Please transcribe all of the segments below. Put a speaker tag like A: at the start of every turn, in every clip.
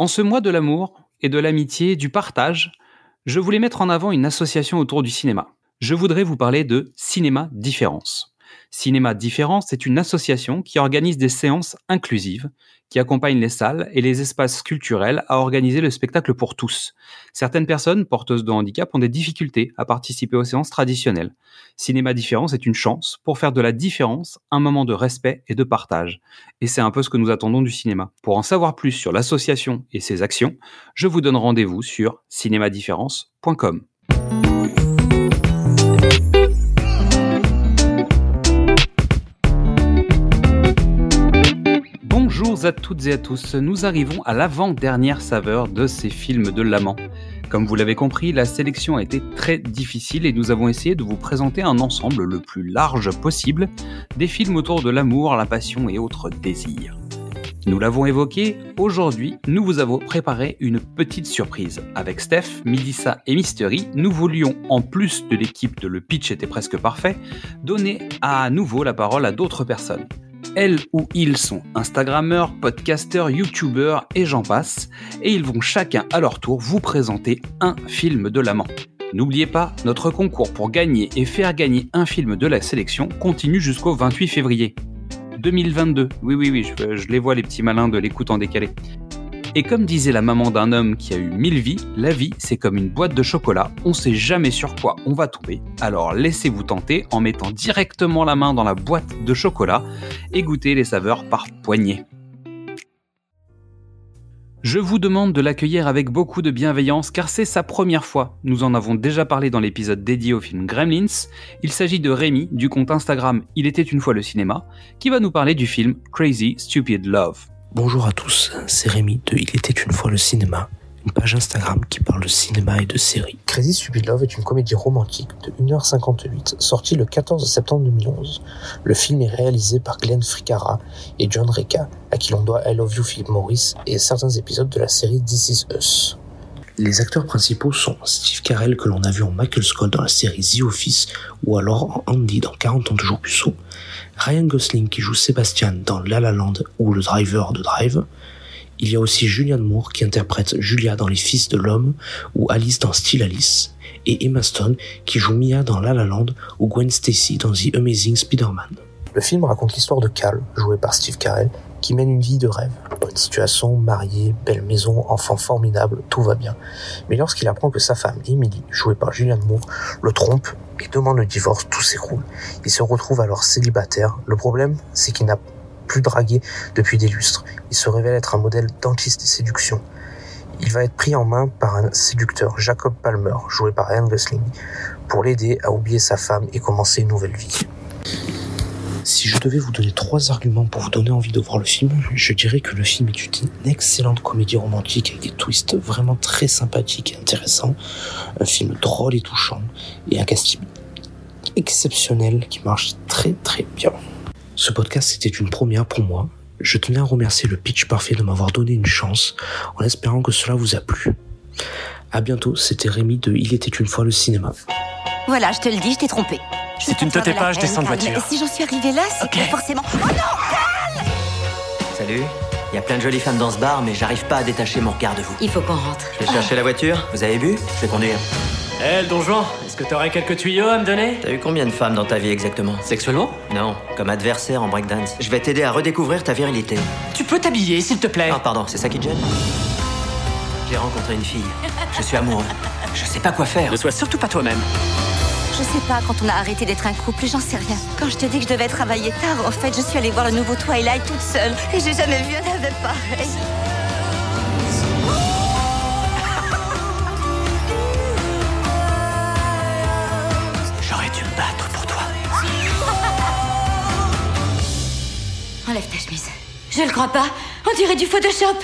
A: En ce mois de l'amour et de l'amitié, du partage, je voulais mettre en avant une association autour du cinéma. Je voudrais vous parler de Cinéma Différence. Cinéma Différence est une association qui organise des séances inclusives, qui accompagne les salles et les espaces culturels à organiser le spectacle pour tous. Certaines personnes porteuses de handicap ont des difficultés à participer aux séances traditionnelles. Cinéma Différence est une chance pour faire de la différence un moment de respect et de partage. Et c'est un peu ce que nous attendons du cinéma. Pour en savoir plus sur l'association et ses actions, je vous donne rendez-vous sur cinémadifférence.com. Bonjour à toutes et à tous, nous arrivons à l'avant-dernière saveur de ces films de l'amant. Comme vous l'avez compris, la sélection a été très difficile et nous avons essayé de vous présenter un ensemble le plus large possible des films autour de l'amour, la passion et autres désirs. Nous l'avons évoqué, aujourd'hui, nous vous avons préparé une petite surprise. Avec Steph, Midissa et Mystery, nous voulions, en plus de l'équipe de Le Pitch était presque parfait, donner à nouveau la parole à d'autres personnes. Elles ou ils sont Instagrammeurs, podcasteurs, youtubeurs et j'en passe, et ils vont chacun à leur tour vous présenter un film de l'amant. N'oubliez pas, notre concours pour gagner et faire gagner un film de la sélection continue jusqu'au 28 février 2022. Oui, je les vois les petits malins de l'écoute en décalé. Et comme disait la maman d'un homme qui a eu 1000 vies, la vie c'est comme une boîte de chocolat, on sait jamais sur quoi on va tomber, alors laissez-vous tenter en mettant directement la main dans la boîte de chocolat et goûtez les saveurs par poignée. Je vous demande de l'accueillir avec beaucoup de bienveillance car c'est sa première fois. Nous en avons déjà parlé dans l'épisode dédié au film Gremlins. Il s'agit de Rémi du compte Instagram Il était une fois le cinéma qui va nous parler du film Crazy Stupid Love.
B: Bonjour à tous, c'est Rémi de Il était une fois le cinéma, une page Instagram qui parle de cinéma et de séries.
C: Crazy Stupid Love est une comédie romantique de 1h58, sortie le 14 septembre 2011. Le film est réalisé par Glenn Fricara et John Reca, à qui l'on doit I Love You Philip Morris et certains épisodes de la série This Is Us. Les acteurs principaux sont Steve Carell, que l'on a vu en Michael Scott dans la série The Office, ou alors en Andy dans 40 ans toujours puceau, Ryan Gosling qui joue Sébastien dans La La Land ou le driver de Drive. Il y a aussi Julianne Moore qui interprète Julia dans Les Fils de l'Homme ou Alice dans Still Alice, et Emma Stone qui joue Mia dans La La Land ou Gwen Stacy dans The Amazing Spider-Man. Le film raconte l'histoire de Cal, joué par Steve Carell, qui mène une vie de rêve. Bonne situation, marié, belle maison, enfant formidable, tout va bien. Mais lorsqu'il apprend que sa femme, Emily, jouée par Julianne Moore, le trompe et demande le divorce, tout s'écroule. Il se retrouve alors célibataire. Le problème, c'est qu'il n'a plus dragué depuis des lustres. Il se révèle être un modèle d'anti-séduction. Il va être pris en main par un séducteur, Jacob Palmer, joué par Ryan Gosling, pour l'aider à oublier sa femme et commencer une nouvelle vie. Si je devais vous donner 3 arguments pour vous donner envie de voir le film, je dirais que le film est une excellente comédie romantique avec des twists vraiment très sympathiques et intéressants, un film drôle et touchant, et un casting exceptionnel qui marche très très bien. Ce podcast c'était une première pour moi. Je tenais à remercier le Pitch Parfait de m'avoir donné une chance, en espérant que cela vous a plu. À bientôt, c'était Rémi de Il était une fois le cinéma.
D: Voilà, je te le dis, je t'ai trompé.
E: Si tu ne te tais pas, je descends de voiture.
D: Mais si j'en suis arrivée là, c'est que forcément... Oh non, Cal !
F: Salut, il y a plein de jolies femmes dans ce bar, mais j'arrive pas à détacher mon regard de vous.
D: Il faut qu'on rentre.
F: Je vais chercher la voiture, vous avez bu? Je vais conduire.
E: Le donjon, est-ce que t'aurais quelques tuyaux à me donner?
F: T'as eu combien de femmes dans ta vie exactement?
E: Sexuellement?
F: Non, comme adversaire en breakdance. Je vais t'aider à redécouvrir ta virilité.
E: Tu peux t'habiller, s'il te plaît.
F: Ah pardon, c'est ça qui te gêne? J'ai rencontré une fille. Je suis amoureux. Je sais pas quoi faire.
E: Ne sois surtout pas toi-même.
D: Je sais pas quand on a arrêté d'être un couple, j'en sais rien. Quand je te dis que je devais travailler tard, en fait, je suis allée voir le nouveau Twilight toute seule. Et j'ai jamais vu un rêve pareil.
E: J'aurais dû me battre pour toi.
D: Enlève ta chemise. Je le crois pas. On dirait du Photoshop.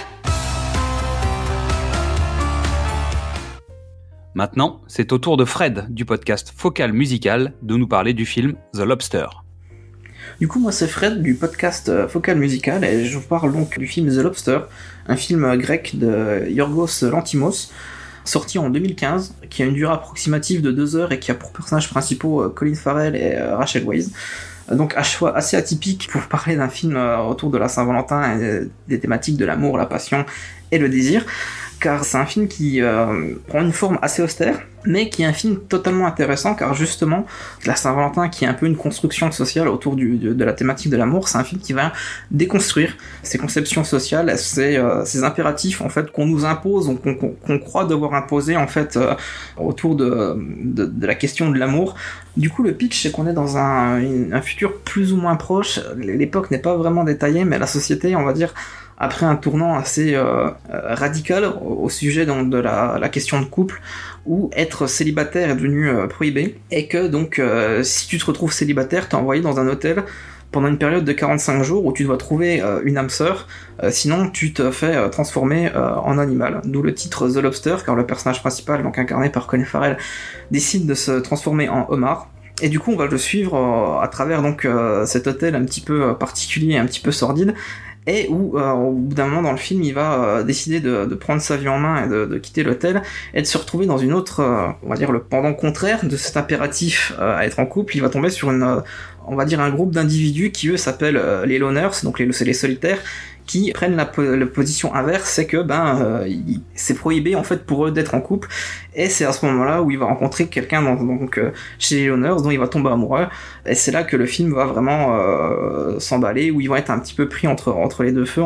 A: Maintenant, c'est au tour de Fred, du podcast Focal Musical, de nous parler du film The Lobster.
G: Du coup, moi c'est Fred du podcast Focal Musical et je vous parle donc du film The Lobster, un film grec de Yorgos Lanthimos, sorti en 2015, qui a une durée approximative de 2 heures et qui a pour personnages principaux Colin Farrell et Rachel Weisz. donc à choix assez atypique pour parler d'un film autour de la Saint-Valentin et des thématiques de l'amour, la passion et le désir, car c'est un film qui prend une forme assez austère, mais qui est un film totalement intéressant, car justement, la Saint-Valentin, qui est un peu une construction sociale autour de la thématique de l'amour, c'est un film qui va déconstruire ces conceptions sociales, ces impératifs en fait qu'on nous impose, qu'on croit devoir imposer en fait autour de la question de l'amour. Du coup, le pitch, c'est qu'on est dans un futur plus ou moins proche. L'époque n'est pas vraiment détaillée, mais la société, on va dire, après un tournant assez radical au sujet donc, de la question de couple, où être célibataire est devenu prohibé, et que donc si tu te retrouves célibataire, t'es envoyé dans un hôtel pendant une période de 45 jours où tu dois trouver une âme sœur, sinon tu te fais transformer en animal. D'où le titre The Lobster, car le personnage principal, donc incarné par Colin Farrell, décide de se transformer en homard. Et du coup on va le suivre à travers donc cet hôtel un petit peu particulier, un petit peu sordide, et où au bout d'un moment dans le film il va décider de prendre sa vie en main et de quitter l'hôtel et de se retrouver dans une autre, on va dire le pendant contraire de cet impératif à être en couple. Il va tomber sur on va dire un groupe d'individus qui eux s'appellent les loners, donc c'est les solitaires, qui prennent la position inverse, c'est que c'est prohibé en fait pour eux d'être en couple, et c'est à ce moment-là où il va rencontrer quelqu'un donc chez les loners dont il va tomber amoureux, et c'est là que le film va vraiment s'emballer, où ils vont être un petit peu pris entre les deux feux,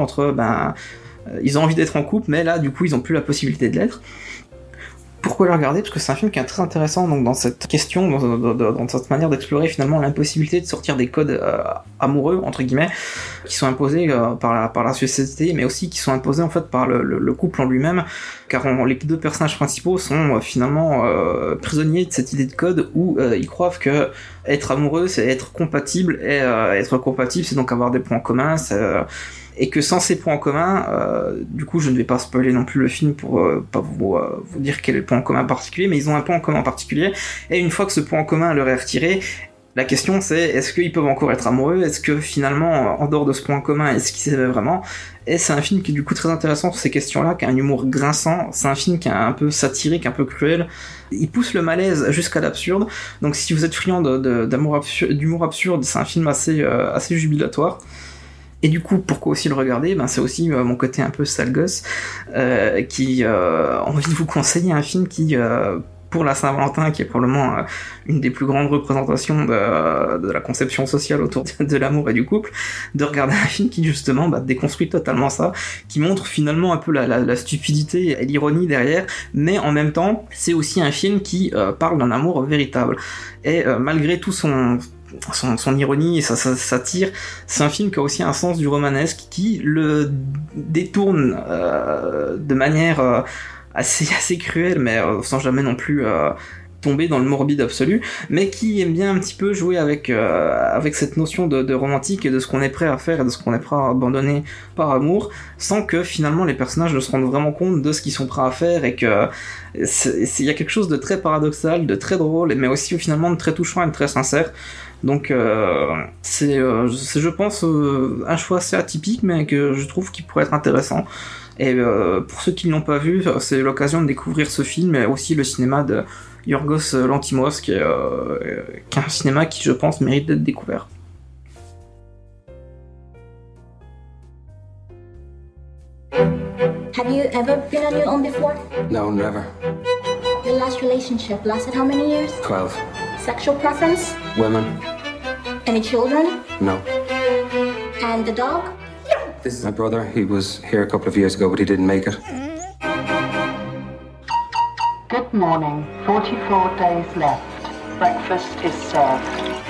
G: ils ont envie d'être en couple, mais là du coup ils ont plus la possibilité de l'être. Pourquoi le regarder ? Parce que c'est un film qui est très intéressant donc dans cette question, dans cette manière d'explorer finalement l'impossibilité de sortir des codes amoureux, entre guillemets, qui sont imposés par la société, mais aussi qui sont imposés en fait par le couple en lui-même, car les deux personnages principaux sont finalement prisonniers de cette idée de code où ils croient que être amoureux c'est être compatible, et être compatible c'est donc avoir des points communs, et que sans ces points en commun, du coup je ne vais pas spoiler non plus le film pour pas vous dire quel est le point en commun particulier, mais ils ont un point en commun particulier, et une fois que ce point en commun leur est retiré, la question c'est, est-ce qu'ils peuvent encore être amoureux ? Est-ce que finalement, en dehors de ce point commun, est-ce qu'ils s'aimaient vraiment ? Et c'est un film qui est du coup très intéressant sur ces questions-là, qui a un humour grinçant, c'est un film qui est un peu satirique, un peu cruel, il pousse le malaise jusqu'à l'absurde, donc si vous êtes friand d'humour absurde, c'est un film assez jubilatoire. Et du coup, pourquoi aussi le regarder ? C'est aussi mon côté un peu sale gosse, qui a envie de vous conseiller un film qui, pour la Saint-Valentin, qui est probablement une des plus grandes représentations de la conception sociale autour de l'amour et du couple, de regarder un film qui justement déconstruit totalement ça, qui montre finalement un peu la stupidité et l'ironie derrière, mais en même temps, c'est aussi un film qui parle d'un amour véritable. Et malgré tout son ironie et sa satire, c'est un film qui a aussi un sens du romanesque, qui le détourne de manière assez cruelle, mais sans jamais non plus tomber dans le morbide absolu, mais qui aime bien un petit peu jouer avec cette notion de romantique et de ce qu'on est prêt à faire et de ce qu'on est prêt à abandonner par amour, sans que finalement les personnages ne se rendent vraiment compte de ce qu'ils sont prêts à faire, et que il y a quelque chose de très paradoxal, de très drôle, mais aussi finalement de très touchant et de très sincère. Donc c'est je pense un choix assez atypique, mais que je trouve qu'il pourrait être intéressant. Et pour ceux qui ne l'ont pas vu, c'est l'occasion de découvrir ce film, et aussi le cinéma de Yorgos Lanthimos, qui est un cinéma qui, je pense, mérite d'être découvert.
H: Have you ever been on your own before?
I: No, never.
H: Your last relationship lasted how many years?
I: 12.
H: Sexual preference?
I: Women?
H: Any children?
I: No.
H: And the dog?
I: This is my brother. He was here a couple of years ago, but he didn't make it.
J: Good morning. 44 days left. Breakfast is served.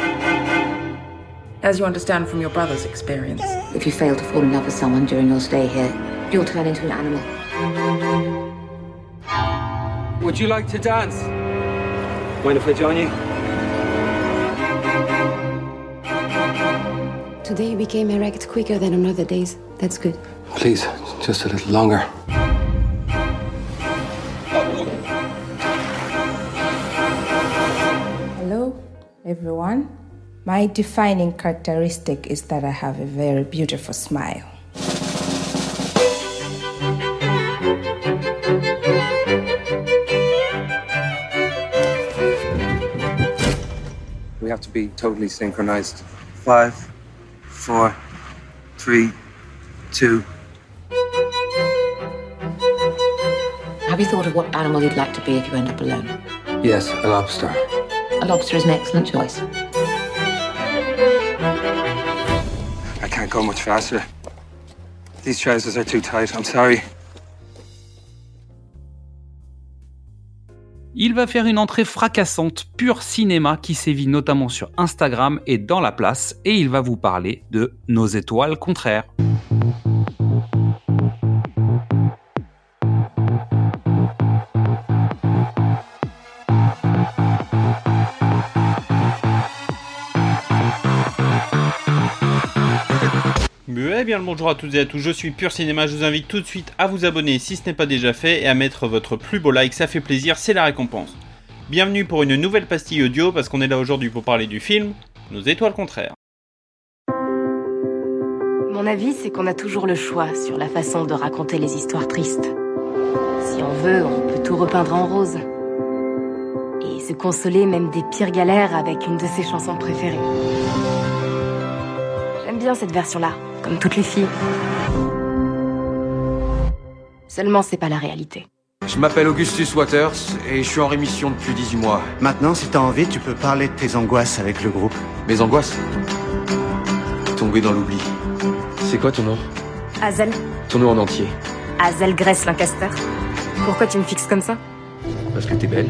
K: As you understand from your brother's experience,
L: if you fail to fall in love with someone during your stay here, you'll turn into an animal.
I: Would you like to dance? Mind if I join you?
M: Today you became erect quicker than on other days. That's good.
I: Please, just a little longer.
N: Hello, everyone. My defining characteristic is that I have a very beautiful smile.
I: We have to be totally synchronized 5, 4, 3, 2.
L: Have you thought of what animal you'd like to be if you end up alone?
I: Yes, a lobster.
L: A lobster is an excellent choice.
I: I can't go much faster. These trousers are too tight, I'm sorry.
A: Il va faire une entrée fracassante, pur cinéma qui sévit notamment sur Instagram et dans la place, et il va vous parler de Nos étoiles contraires.
O: Eh bien le bonjour à toutes et à tous, je suis Pur Cinéma, je vous invite tout de suite à vous abonner si ce n'est pas déjà fait et à mettre votre plus beau like, ça fait plaisir, c'est la récompense. Bienvenue pour une nouvelle pastille audio parce qu'on est là aujourd'hui pour parler du film Nos étoiles contraires.
P: Mon avis, c'est qu'on a toujours le choix sur la façon de raconter les histoires tristes. Si on veut, on peut tout repeindre en rose. Et se consoler même des pires galères avec une de ses chansons préférées. J'aime bien cette version-là, comme toutes les filles. Seulement, c'est pas la réalité.
Q: Je m'appelle Augustus Waters et je suis en rémission depuis 18 mois.
R: Maintenant, si t'as envie, tu peux parler de tes angoisses avec le groupe.
Q: Mes angoisses? Tomber dans l'oubli. C'est quoi ton nom?
P: Hazel.
Q: Ton nom en entier?
P: Hazel Grace Lancaster. Pourquoi tu me fixes comme ça?
Q: Parce que t'es belle.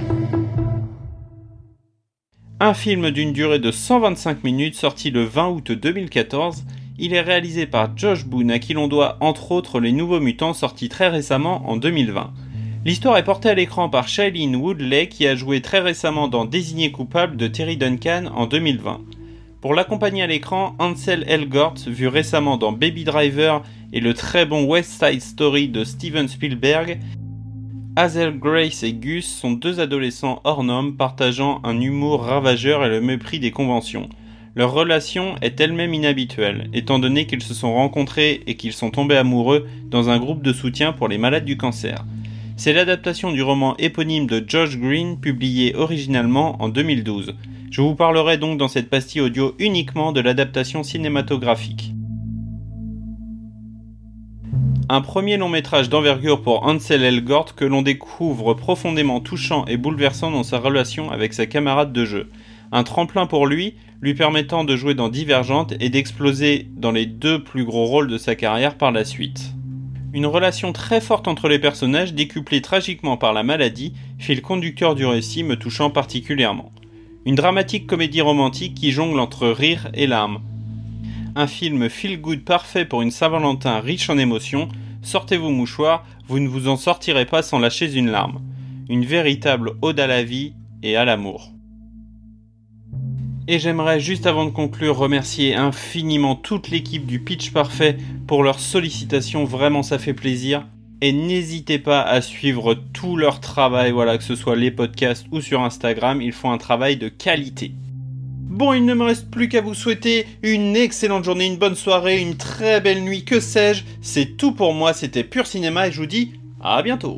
O: Un film d'une durée de 125 minutes sorti le 20 août 2014, il est réalisé par Josh Boone à qui l'on doit entre autres Les Nouveaux Mutants sortis très récemment en 2020. L'histoire est portée à l'écran par Shailene Woodley qui a joué très récemment dans Désigné coupable de Terry Duncan en 2020. Pour l'accompagner à l'écran, Ansel Elgort, vu récemment dans Baby Driver et le très bon West Side Story de Steven Spielberg, Hazel Grace et Gus sont deux adolescents hors normes partageant un humour ravageur et le mépris des conventions. Leur relation est elle-même inhabituelle, étant donné qu'ils se sont rencontrés et qu'ils sont tombés amoureux dans un groupe de soutien pour les malades du cancer. C'est l'adaptation du roman éponyme de Josh Green, publié originalement en 2012. Je vous parlerai donc dans cette pastille audio uniquement de l'adaptation cinématographique. Un premier long métrage d'envergure pour Ansel Elgort que l'on découvre profondément touchant et bouleversant dans sa relation avec sa camarade de jeu. Un tremplin pour lui permettant de jouer dans Divergente et d'exploser dans les deux plus gros rôles de sa carrière par la suite. Une relation très forte entre les personnages, décuplée tragiquement par la maladie, fil conducteur du récit me touchant particulièrement. Une dramatique comédie romantique qui jongle entre rire et larmes. Un film feel-good parfait pour une Saint-Valentin riche en émotions, sortez vos mouchoirs, vous ne vous en sortirez pas sans lâcher une larme. Une véritable ode à la vie et à l'amour. Et j'aimerais juste avant de conclure remercier infiniment toute l'équipe du Pitch Parfait pour leur sollicitation, vraiment ça fait plaisir. Et n'hésitez pas à suivre tout leur travail, voilà, que ce soit les podcasts ou sur Instagram, ils font un travail de qualité. Bon, il ne me reste plus qu'à vous souhaiter une excellente journée, une bonne soirée, une très belle nuit, que sais-je. C'est tout pour moi, c'était Pur Cinéma et je vous dis à bientôt.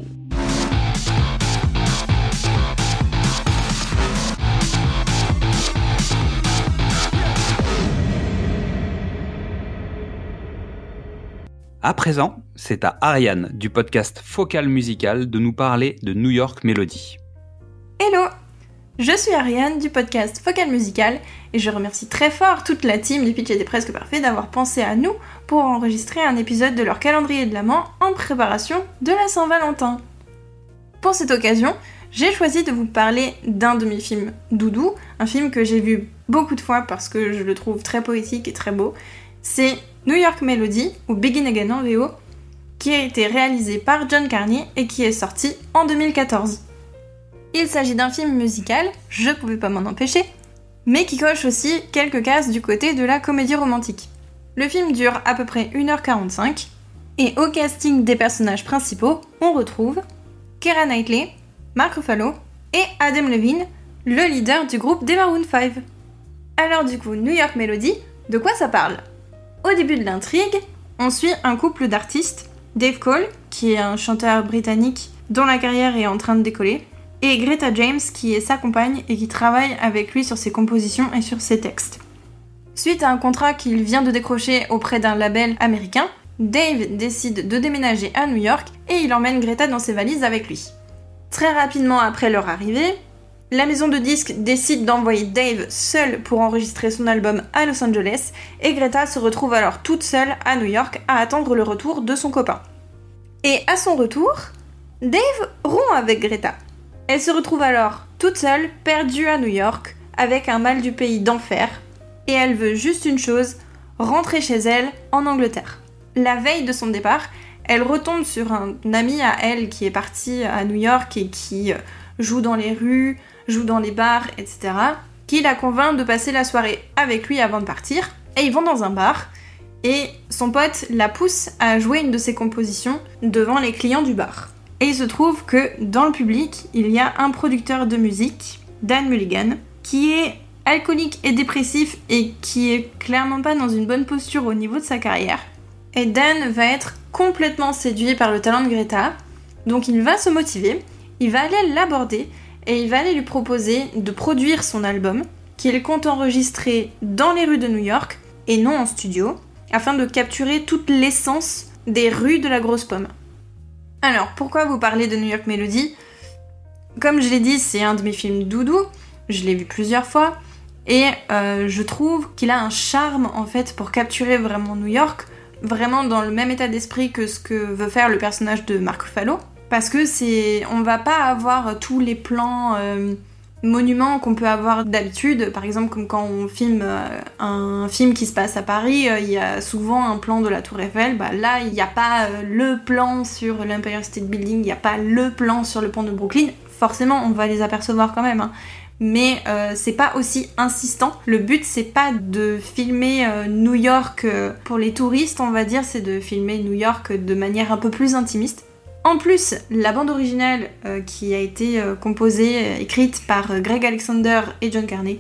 A: À présent, c'est à Ariane du podcast Focal Musical de nous parler de New York Melody.
S: Hello! Je suis Ariane du podcast Focal Musical et je remercie très fort toute la team des Pitch était presque parfait d'avoir pensé à nous pour enregistrer un épisode de leur calendrier de l'Avent en préparation de la Saint-Valentin. Pour cette occasion, j'ai choisi de vous parler d'un de mes films doudou, un film que j'ai vu beaucoup de fois parce que je le trouve très poétique et très beau. C'est New York Melody, ou Begin Again en VO, qui a été réalisé par John Carney et qui est sorti en 2014. Il s'agit d'un film musical, je pouvais pas m'en empêcher, mais qui coche aussi quelques cases du côté de la comédie romantique. Le film dure à peu près 1h45, et au casting des personnages principaux, on retrouve Keira Knightley, Mark Ruffalo et Adam Levine, le leader du groupe des Maroon 5. Alors du coup, New York Melody, de quoi ça parle ? Au début de l'intrigue, on suit un couple d'artistes, Dave Cole, qui est un chanteur britannique dont la carrière est en train de décoller, et Greta James, qui est sa compagne et qui travaille avec lui sur ses compositions et sur ses textes. Suite à un contrat qu'il vient de décrocher auprès d'un label américain, Dave décide de déménager à New York et il emmène Greta dans ses valises avec lui. Très rapidement après leur arrivée, la maison de disques décide d'envoyer Dave seul pour enregistrer son album à Los Angeles et Greta se retrouve alors toute seule à New York à attendre le retour de son copain. Et à son retour, Dave rompt avec Greta. Elle se retrouve alors toute seule, perdue à New York, avec un mal du pays d'enfer, et elle veut juste une chose, rentrer chez elle en Angleterre. La veille de son départ, elle retombe sur un ami à elle qui est parti à New York et qui joue dans les rues, joue dans les bars, etc., qui la convainc de passer la soirée avec lui avant de partir, et ils vont dans un bar, et son pote la pousse à jouer une de ses compositions devant les clients du bar. Et il se trouve que dans le public, il y a un producteur de musique, Dan Mulligan, qui est alcoolique et dépressif et qui est clairement pas dans une bonne posture au niveau de sa carrière. Et Dan va être complètement séduit par le talent de Greta, donc il va se motiver, il va aller l'aborder et il va aller lui proposer de produire son album, qu'il compte enregistrer dans les rues de New York et non en studio, afin de capturer toute l'essence des rues de la Grosse Pomme. Alors, pourquoi vous parler de New York Melody ? Comme je l'ai dit, c'est un de mes films doudou, je l'ai vu plusieurs fois, et je trouve qu'il a un charme en fait pour capturer vraiment New York, vraiment dans le même état d'esprit que ce que veut faire le personnage de Mark Ruffalo, parce que on va pas avoir tous les plans monuments qu'on peut avoir d'habitude, par exemple comme quand on filme un film qui se passe à Paris, il y a souvent un plan de la Tour Eiffel, là il n'y a pas le plan sur l'Empire State Building, il n'y a pas le plan sur le pont de Brooklyn, forcément on va les apercevoir quand même, mais c'est pas aussi insistant. Le but c'est pas de filmer New York pour les touristes, on va dire, c'est de filmer New York de manière un peu plus intimiste. En plus, la bande originale qui a été composée, écrite par Greg Alexander et John Carney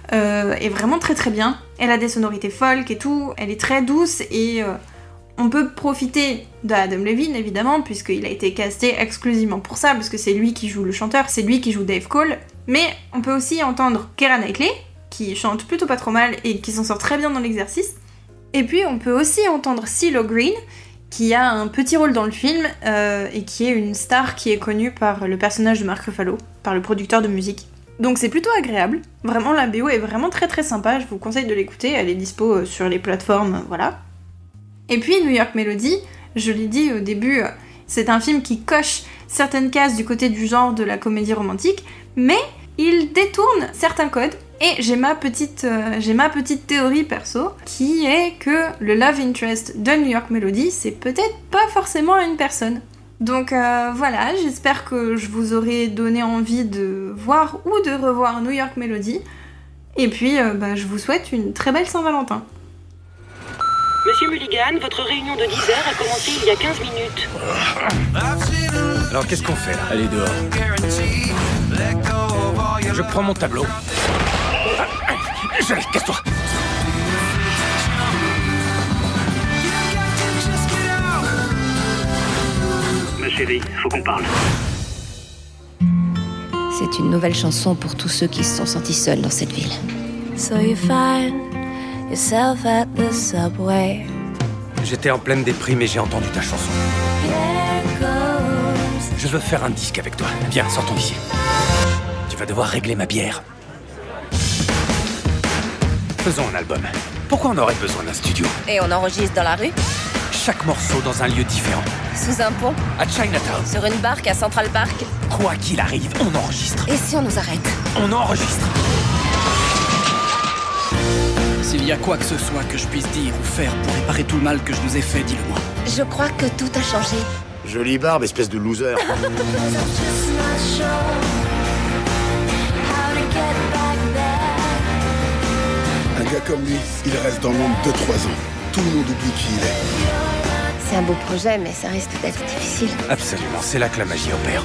S: est vraiment très très bien. Elle a des sonorités folk et tout, elle est très douce et on peut profiter d'Adam Levine évidemment puisqu'il a été casté exclusivement pour ça, parce que c'est lui qui joue le chanteur, c'est lui qui joue Dave Cole. Mais on peut aussi entendre Keira Knightley qui chante plutôt pas trop mal et qui s'en sort très bien dans l'exercice. Et puis on peut aussi entendre CeeLo Green, qui a un petit rôle dans le film et qui est une star qui est connue par le personnage de Mark Ruffalo, par le producteur de musique. Donc c'est plutôt agréable, vraiment la BO est vraiment très très sympa, je vous conseille de l'écouter, elle est dispo sur les plateformes, voilà. Et puis New York Melody, je l'ai dit au début, c'est un film qui coche certaines cases du côté du genre de la comédie romantique, mais il détourne certains codes. Et j'ai ma petite théorie perso, qui est que le love interest de New York Melody, c'est peut-être pas forcément une personne. Donc voilà, j'espère que je vous aurai donné envie de voir ou de revoir New York Melody. Et puis, je vous souhaite une très belle Saint-Valentin.
T: Monsieur Mulligan, votre réunion de 10h a commencé il y a 15 minutes.
U: Alors qu'est-ce qu'on fait là ? Allez dehors. Je prends mon tableau. Allez, casse-toi.
T: Ma chérie, faut qu'on parle.
M: C'est une nouvelle chanson pour tous ceux qui se sont sentis seuls dans cette ville.
V: So you find yourself at the subway.
U: J'étais en pleine déprime et j'ai entendu ta chanson. Je veux faire un disque avec toi. Viens, sortons d'ici. Tu vas devoir régler ma bière. Faisons un album. Pourquoi on aurait besoin d'un studio ?
L: Et on enregistre dans la rue ?
U: Chaque morceau dans un lieu différent.
L: Sous un pont ?
U: À Chinatown.
L: Sur une barque à Central Park ?
U: Quoi qu'il arrive, on enregistre.
L: Et si on nous arrête ?
U: On enregistre.
W: S'il y a quoi que ce soit que je puisse dire ou faire pour réparer tout le mal que je nous ai fait, dis-le-moi.
L: Je crois que tout a changé.
X: Jolie barbe, espèce de loser.
Y: Un gars comme lui, il reste dans l'ombre 2-3 ans. Tout le monde oublie qui il est.
L: C'est un beau projet, mais ça risque d'être difficile.
U: Absolument, c'est là que la magie opère.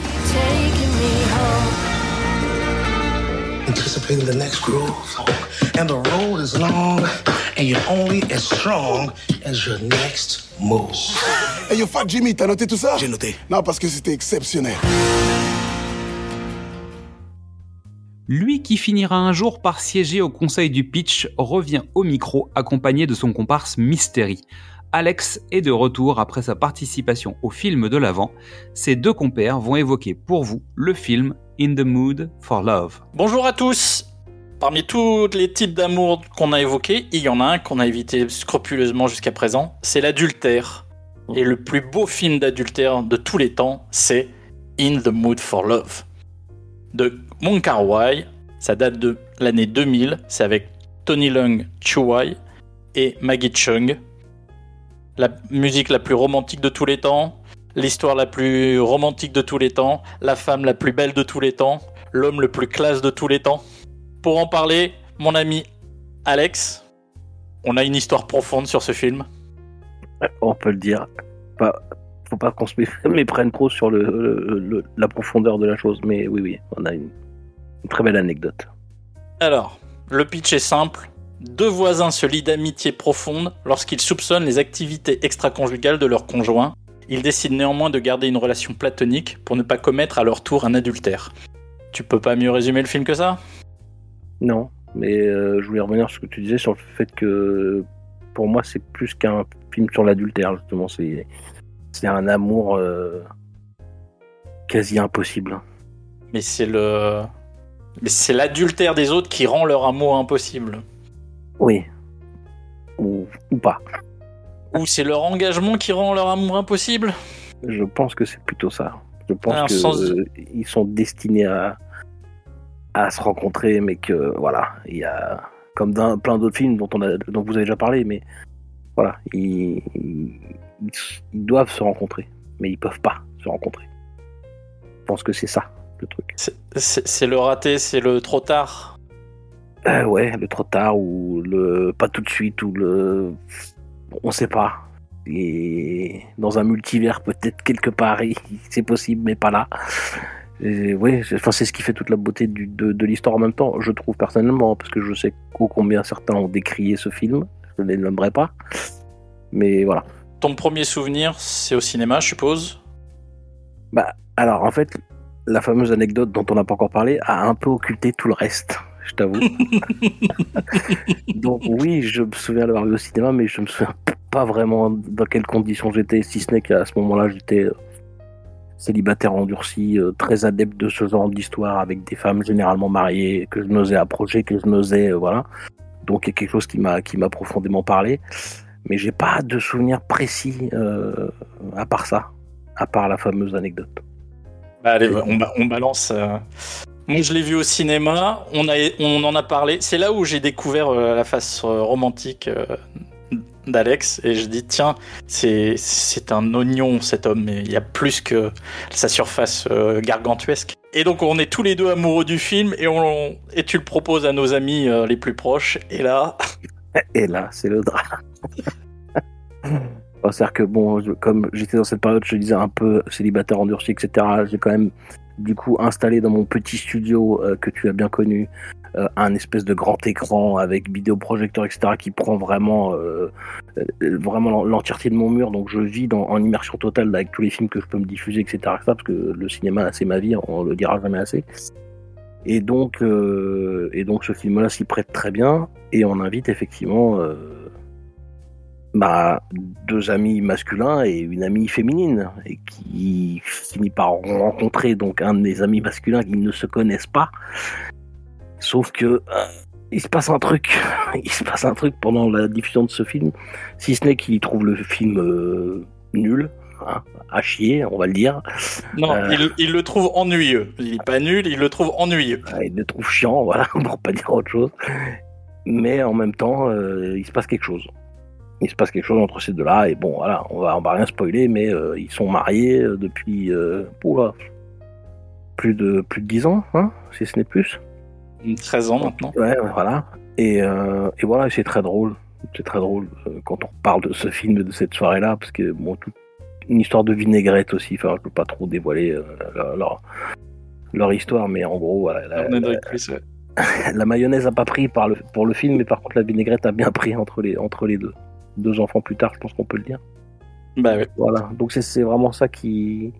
Z: Anticipating the next groove, and the road is long, and you're only as strong as your next move.
Y: Hey yo, Fat Jimmy, t'as noté tout ça?
Z: J'ai noté.
Y: Non, parce que c'était exceptionnel.
A: Lui qui finira un jour par siéger au conseil du pitch revient au micro accompagné de son comparse Mystery. Alex est de retour après sa participation au film de l'Avent. Ces deux compères vont évoquer pour vous le film In the Mood for Love.
B: Bonjour à tous. Parmi tous les types d'amour qu'on a évoqués, il y en a un qu'on a évité scrupuleusement jusqu'à présent, c'est l'adultère. Et le plus beau film d'adultère de tous les temps, c'est In the Mood for Love. De Wong Kar-wai, ça date de l'année 2000, c'est avec Tony Leung Chiu-wai et Maggie Cheung. La musique la plus romantique de tous les temps, l'histoire la plus romantique de tous les temps, la femme la plus belle de tous les temps, l'homme le plus classe de tous les temps. Pour en parler, mon ami Alex, on a une histoire profonde sur ce film.
C: On peut le dire. Faut pas qu'on se méprenne trop sur la profondeur de la chose, mais oui, on a une très belle anecdote.
B: Alors, le pitch est simple. Deux voisins se lient d'amitié profonde lorsqu'ils soupçonnent les activités extra-conjugales de leur conjoint. Ils décident néanmoins de garder une relation platonique pour ne pas commettre à leur tour un adultère. Tu peux pas mieux résumer le film que ça ?
C: Non, mais je voulais revenir sur ce que tu disais sur le fait que pour moi c'est plus qu'un film sur l'adultère, justement. C'est un amour quasi impossible.
B: Mais c'est l'adultère des autres qui rend leur amour impossible.
C: Oui. Ou pas.
B: Ou c'est leur engagement qui rend leur amour impossible ?
C: Je pense que c'est plutôt ça. Je pense qu'ils sont destinés à se rencontrer, mais que voilà, il y a comme dans plein d'autres films dont vous avez déjà parlé, mais voilà, ils doivent se rencontrer, mais ils peuvent pas se rencontrer. Je pense que c'est ça le truc.
B: C'est le raté, c'est le trop tard.
C: Ouais, le trop tard ou le pas tout de suite ou on sait pas. Et dans un multivers peut-être quelque part c'est possible, mais pas là. C'est ce qui fait toute la beauté de l'histoire en même temps, je trouve personnellement, parce que je sais combien certains ont décrié ce film, je ne les nommerai pas, mais voilà.
B: Ton premier souvenir, c'est au cinéma, je suppose ?
C: Alors en fait, la fameuse anecdote dont on n'a pas encore parlé a un peu occulté tout le reste, je t'avoue. Donc oui, je me souviens d'avoir vu au cinéma, mais je me souviens pas vraiment dans quelles conditions j'étais, si ce n'est qu'à ce moment-là, j'étais célibataire endurci, très adepte de ce genre d'histoire avec des femmes généralement mariées que je n'osais approcher, que je n'osais, voilà. Donc il y a quelque chose qui m'a profondément parlé, mais j'ai pas de souvenir précis à part ça, à part la fameuse anecdote.
B: Allez, on balance. Moi, je l'ai vu au cinéma. On en a parlé. C'est là où j'ai découvert la face romantique d'Alex, et je dis tiens, c'est un oignon cet homme, mais il y a plus que sa surface gargantuesque. Et donc on est tous les deux amoureux du film, et tu le proposes à nos amis les plus proches, et là
C: c'est le drame. C'est-à-dire que comme j'étais dans cette période, je disais un peu célibataire endurci, etc., j'ai quand même du coup installé dans mon petit studio que tu as bien connu un espèce de grand écran avec vidéoprojecteur, etc., qui prend vraiment l'entièreté de mon mur. Donc je vis en immersion totale avec tous les films que je peux me diffuser, etc., parce que le cinéma, c'est ma vie, on le dira jamais assez. Et donc ce film-là s'y prête très bien, et on invite effectivement deux amis masculins et une amie féminine, et qui finit par rencontrer donc un de mes amis masculins qui ne se connaissent pas. Sauf que il se passe un truc pendant la diffusion de ce film, si ce n'est qu'il trouve le film nul, à chier, on va le dire.
B: Non, il le trouve ennuyeux. Il est pas nul, il le trouve ennuyeux.
C: Il le trouve chiant, voilà, pour pas dire autre chose. Mais en même temps, il se passe quelque chose. Il se passe quelque chose entre ces deux-là, et bon, voilà, on va rien spoiler, mais ils sont mariés depuis plus de 10 ans, si ce n'est plus.
B: 13 ans maintenant.
C: Ouais, voilà. Et voilà, c'est très drôle. C'est très drôle quand on parle de ce film, de cette soirée-là, parce que toute une histoire de vinaigrette aussi. Enfin, je peux pas trop dévoiler leur histoire, mais en gros, voilà. La mayonnaise a pas pris pour le film, mais par contre la vinaigrette a bien pris entre les deux. 2 enfants plus tard, je pense qu'on peut le dire.
B: Bah oui.
C: Voilà. Donc c'est vraiment ça qui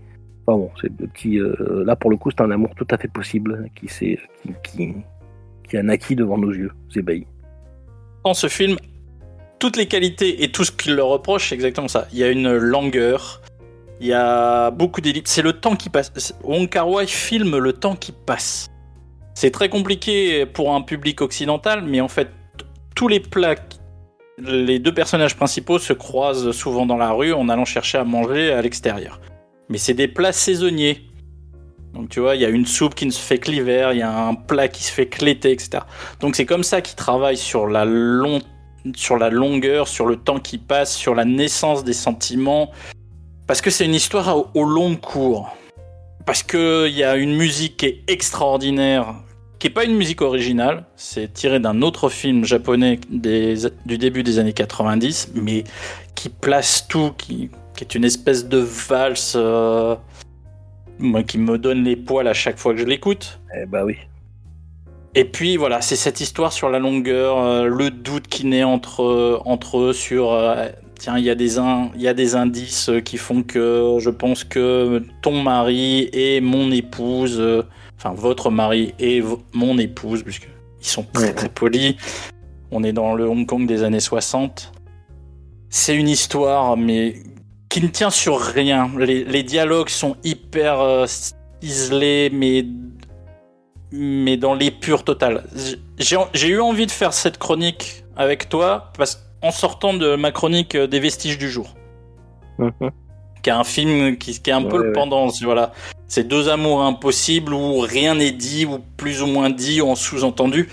C: Enfin bon, c'est le petit. Là pour le coup, c'est un amour tout à fait possible qui a naquit devant nos yeux, ébahis.
B: Dans ce film, toutes les qualités et tout ce qu'il leur reproche, c'est exactement ça. Il y a une langueur, il y a beaucoup d'élite. C'est le temps qui passe. Wong Kar-wai filme le temps qui passe. C'est très compliqué pour un public occidental, mais en fait, tous les plats, les deux personnages principaux se croisent souvent dans la rue en allant chercher à manger à l'extérieur. Mais c'est des plats saisonniers. Donc tu vois, il y a une soupe qui ne se fait que l'hiver, il y a un plat qui se fait que l'été, etc. Donc c'est comme ça qu'ils travaillent sur la longueur, sur le temps qui passe, sur la naissance des sentiments. Parce que c'est une histoire au long cours. Parce qu'il y a une musique qui est extraordinaire, qui n'est pas une musique originale, c'est tiré d'un autre film japonais du début des années 90, mais qui place tout, qui est une espèce de valse qui me donne les poils à chaque fois que je l'écoute.
C: Eh bah oui.
B: Et puis voilà, c'est cette histoire sur la longueur, le doute qui naît entre eux sur tiens, il y a des indices qui font que je pense que ton mari et mon épouse, enfin votre mari et mon épouse, puisqu'ils sont très très polis. On est dans le Hong Kong des années 60. C'est une histoire, mais qui ne tient sur rien. Les dialogues sont hyper isolés, mais dans l'épure totale. J'ai eu envie de faire cette chronique avec toi en sortant de ma chronique des Vestiges du jour, qui est un film qui est un peu le pendant. Voilà, c'est deux amours impossibles où rien n'est dit ou plus ou moins dit ou en sous-entendu.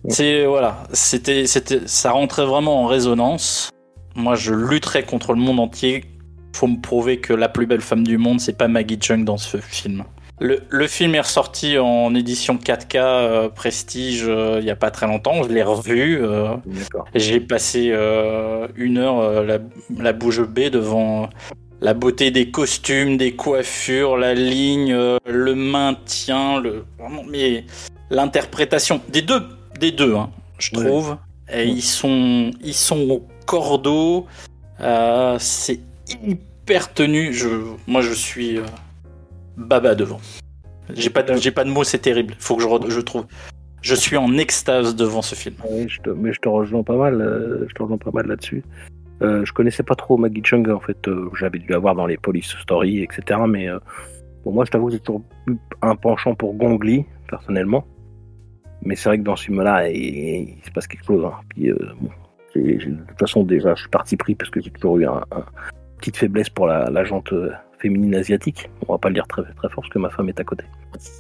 B: Ça rentrait vraiment en résonance. Moi, je lutterais contre le monde entier. Faut me prouver que la plus belle femme du monde, c'est pas Maggie Cheung dans ce film. Le film est ressorti en édition 4K Prestige il y a pas très longtemps. Je l'ai revu. J'ai passé 1 heure la bouche bée devant la beauté des costumes, des coiffures, la ligne, le maintien, mais l'interprétation des deux, hein, je trouve. Et ils sont au cordeau. C'est hyper tenu. Moi, je suis baba devant. J'ai pas de mots, c'est terrible. Faut que je trouve. Je suis en extase devant ce film.
C: Oui, mais je te rejoins pas mal. Là-dessus. Je connaissais pas trop Maggie Cheung en fait. J'avais dû la voir dans les Police Story, etc. Mais pour moi, je t'avoue, j'ai toujours eu un penchant pour Gong Li personnellement. Mais c'est vrai que dans ce film-là, il se passe quelque chose. Hein. Puis de toute façon, déjà, je suis parti pris parce que j'ai toujours eu une petite faiblesse pour la jante féminine asiatique. On va pas le dire très, très fort parce que ma femme est à côté.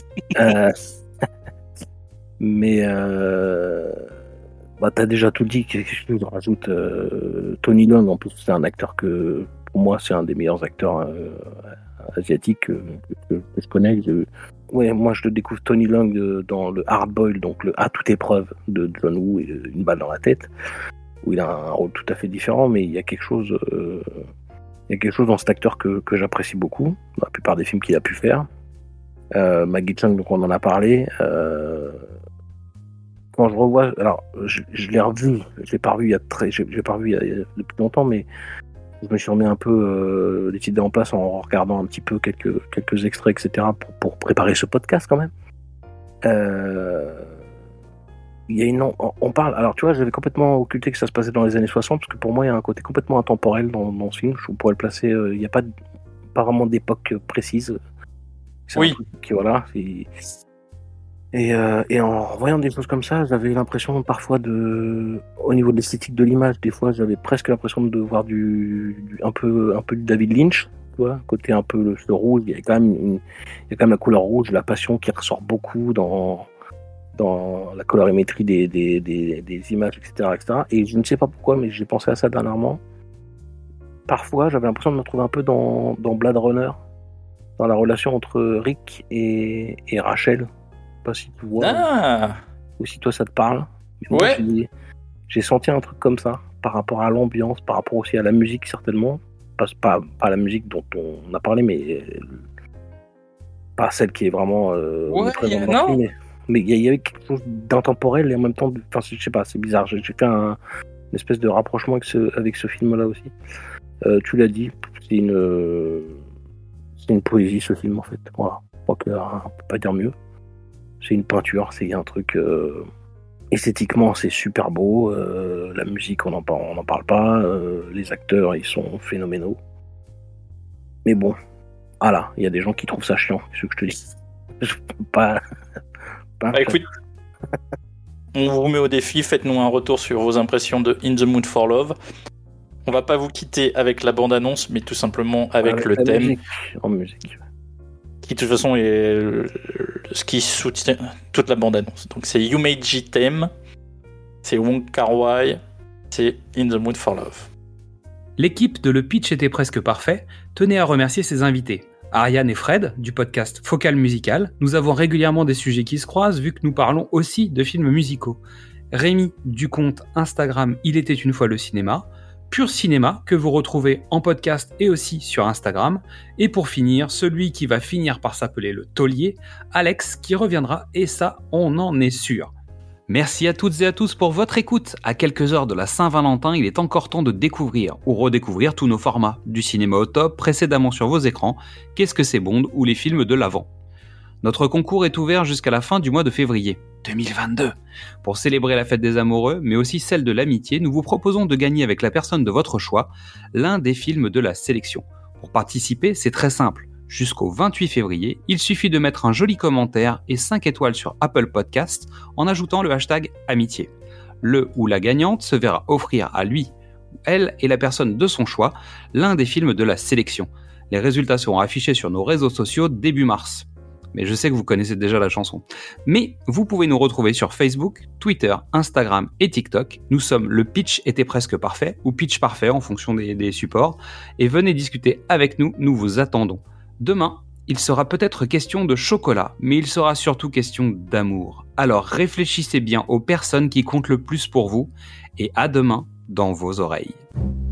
C: Mais t'as déjà tout dit. Quelque chose je rajoute. Tony Leung, en plus, c'est un acteur que, pour moi, c'est un des meilleurs acteurs asiatiques que je connais. Moi, je le découvre Tony Leung dans le Hard Boiled, donc le À toute épreuve de John Woo et Une balle dans la tête, où il a un rôle tout à fait différent, mais il y a quelque chose dans cet acteur que j'apprécie beaucoup, dans la plupart des films qu'il a pu faire. Maggie Cheung, donc on en a parlé. Quand je revois, alors je l'ai revu, je l'ai pas revu depuis longtemps, mais je me suis remis un peu les idées en place en regardant un petit peu quelques extraits, etc. pour préparer ce podcast quand même. Il y a on parle. Alors tu vois, j'avais complètement occulté que ça se passait dans les années 60 parce que pour moi il y a un côté complètement intemporel dans ce film. Je pourrais le placer. Il n'y a pas vraiment d'époque précise. C'est un truc qui, voilà. Et en voyant des choses comme ça, j'avais l'impression parfois au niveau de l'esthétique de l'image, des fois j'avais presque l'impression de voir un peu du David Lynch, tu vois, côté un peu le rouge. Il y a quand même la couleur rouge, la passion qui ressort beaucoup dans la colorimétrie des images, etc., etc. Et je ne sais pas pourquoi, mais j'ai pensé à ça dernièrement. Parfois, j'avais l'impression de me retrouver un peu dans Blade Runner, dans la relation entre Rick et Rachel. Pas si tu vois ou si toi ça te parle.
B: Ouais.
C: Moi, j'ai senti un truc comme ça par rapport à l'ambiance, par rapport aussi à la musique certainement, pas la musique dont on a parlé, mais pas celle qui est vraiment mais il y avait quelque chose d'intemporel et en même temps je sais pas, c'est bizarre. J'ai fait une espèce de C'est une poésie ce film en fait. Voilà. Je crois qu'on peut pas dire mieux. C'est une peinture, c'est un truc. Esthétiquement, c'est super beau. La musique, on n'en parle pas. Les acteurs, ils sont phénoménaux. Mais bon, voilà, il y a des gens qui trouvent ça chiant. C'est ce que je te dis. Je peux pas.
B: Écoute, on vous met au défi. Faites-nous un retour sur vos impressions de In the Mood for Love. On va pas vous quitter avec la bande-annonce, mais tout simplement avec le thème.
C: En musique.
B: Qui de toute façon est ce qui soutient toute la bande-annonce. Donc c'est Yumeji Theme, c'est Wong Kar-wai, c'est In the Mood for Love.
A: L'équipe de Le Pitch était presque parfait tenait à remercier ses invités. Ariane et Fred, du podcast Focal Musical. Nous avons régulièrement des sujets qui se croisent vu que nous parlons aussi de films musicaux. Rémi, du compte Instagram Il était une fois le cinéma. Pur Cinéma, que vous retrouvez en podcast et aussi sur Instagram. Et pour finir, celui qui va finir par s'appeler le taulier, Alex, qui reviendra, et ça, on en est sûr. Merci à toutes et à tous pour votre écoute. À quelques heures de la Saint-Valentin, il est encore temps de découvrir ou redécouvrir tous nos formats. Du cinéma au top, précédemment sur vos écrans, Qu'est-ce que c'est Bond ou les films de l'avant. Notre concours est ouvert jusqu'à la fin du mois de février 2022. Pour célébrer la fête des amoureux, mais aussi celle de l'amitié, nous vous proposons de gagner avec la personne de votre choix l'un des films de la sélection. Pour participer, c'est très simple. Jusqu'au 28 février, il suffit de mettre un joli commentaire et 5 étoiles sur Apple Podcasts en ajoutant le hashtag amitié. Le ou la gagnante se verra offrir à lui ou elle et la personne de son choix l'un des films de la sélection. Les résultats seront affichés sur nos réseaux sociaux début mars. Mais je sais que vous connaissez déjà la chanson. Mais vous pouvez nous retrouver sur Facebook, Twitter, Instagram et TikTok. Nous sommes Le Pitch était presque parfait, ou Pitch parfait en fonction des supports. Et venez discuter avec nous, nous vous attendons. Demain, il sera peut-être question de chocolat, mais il sera surtout question d'amour. Alors réfléchissez bien aux personnes qui comptent le plus pour vous, et à demain dans vos oreilles.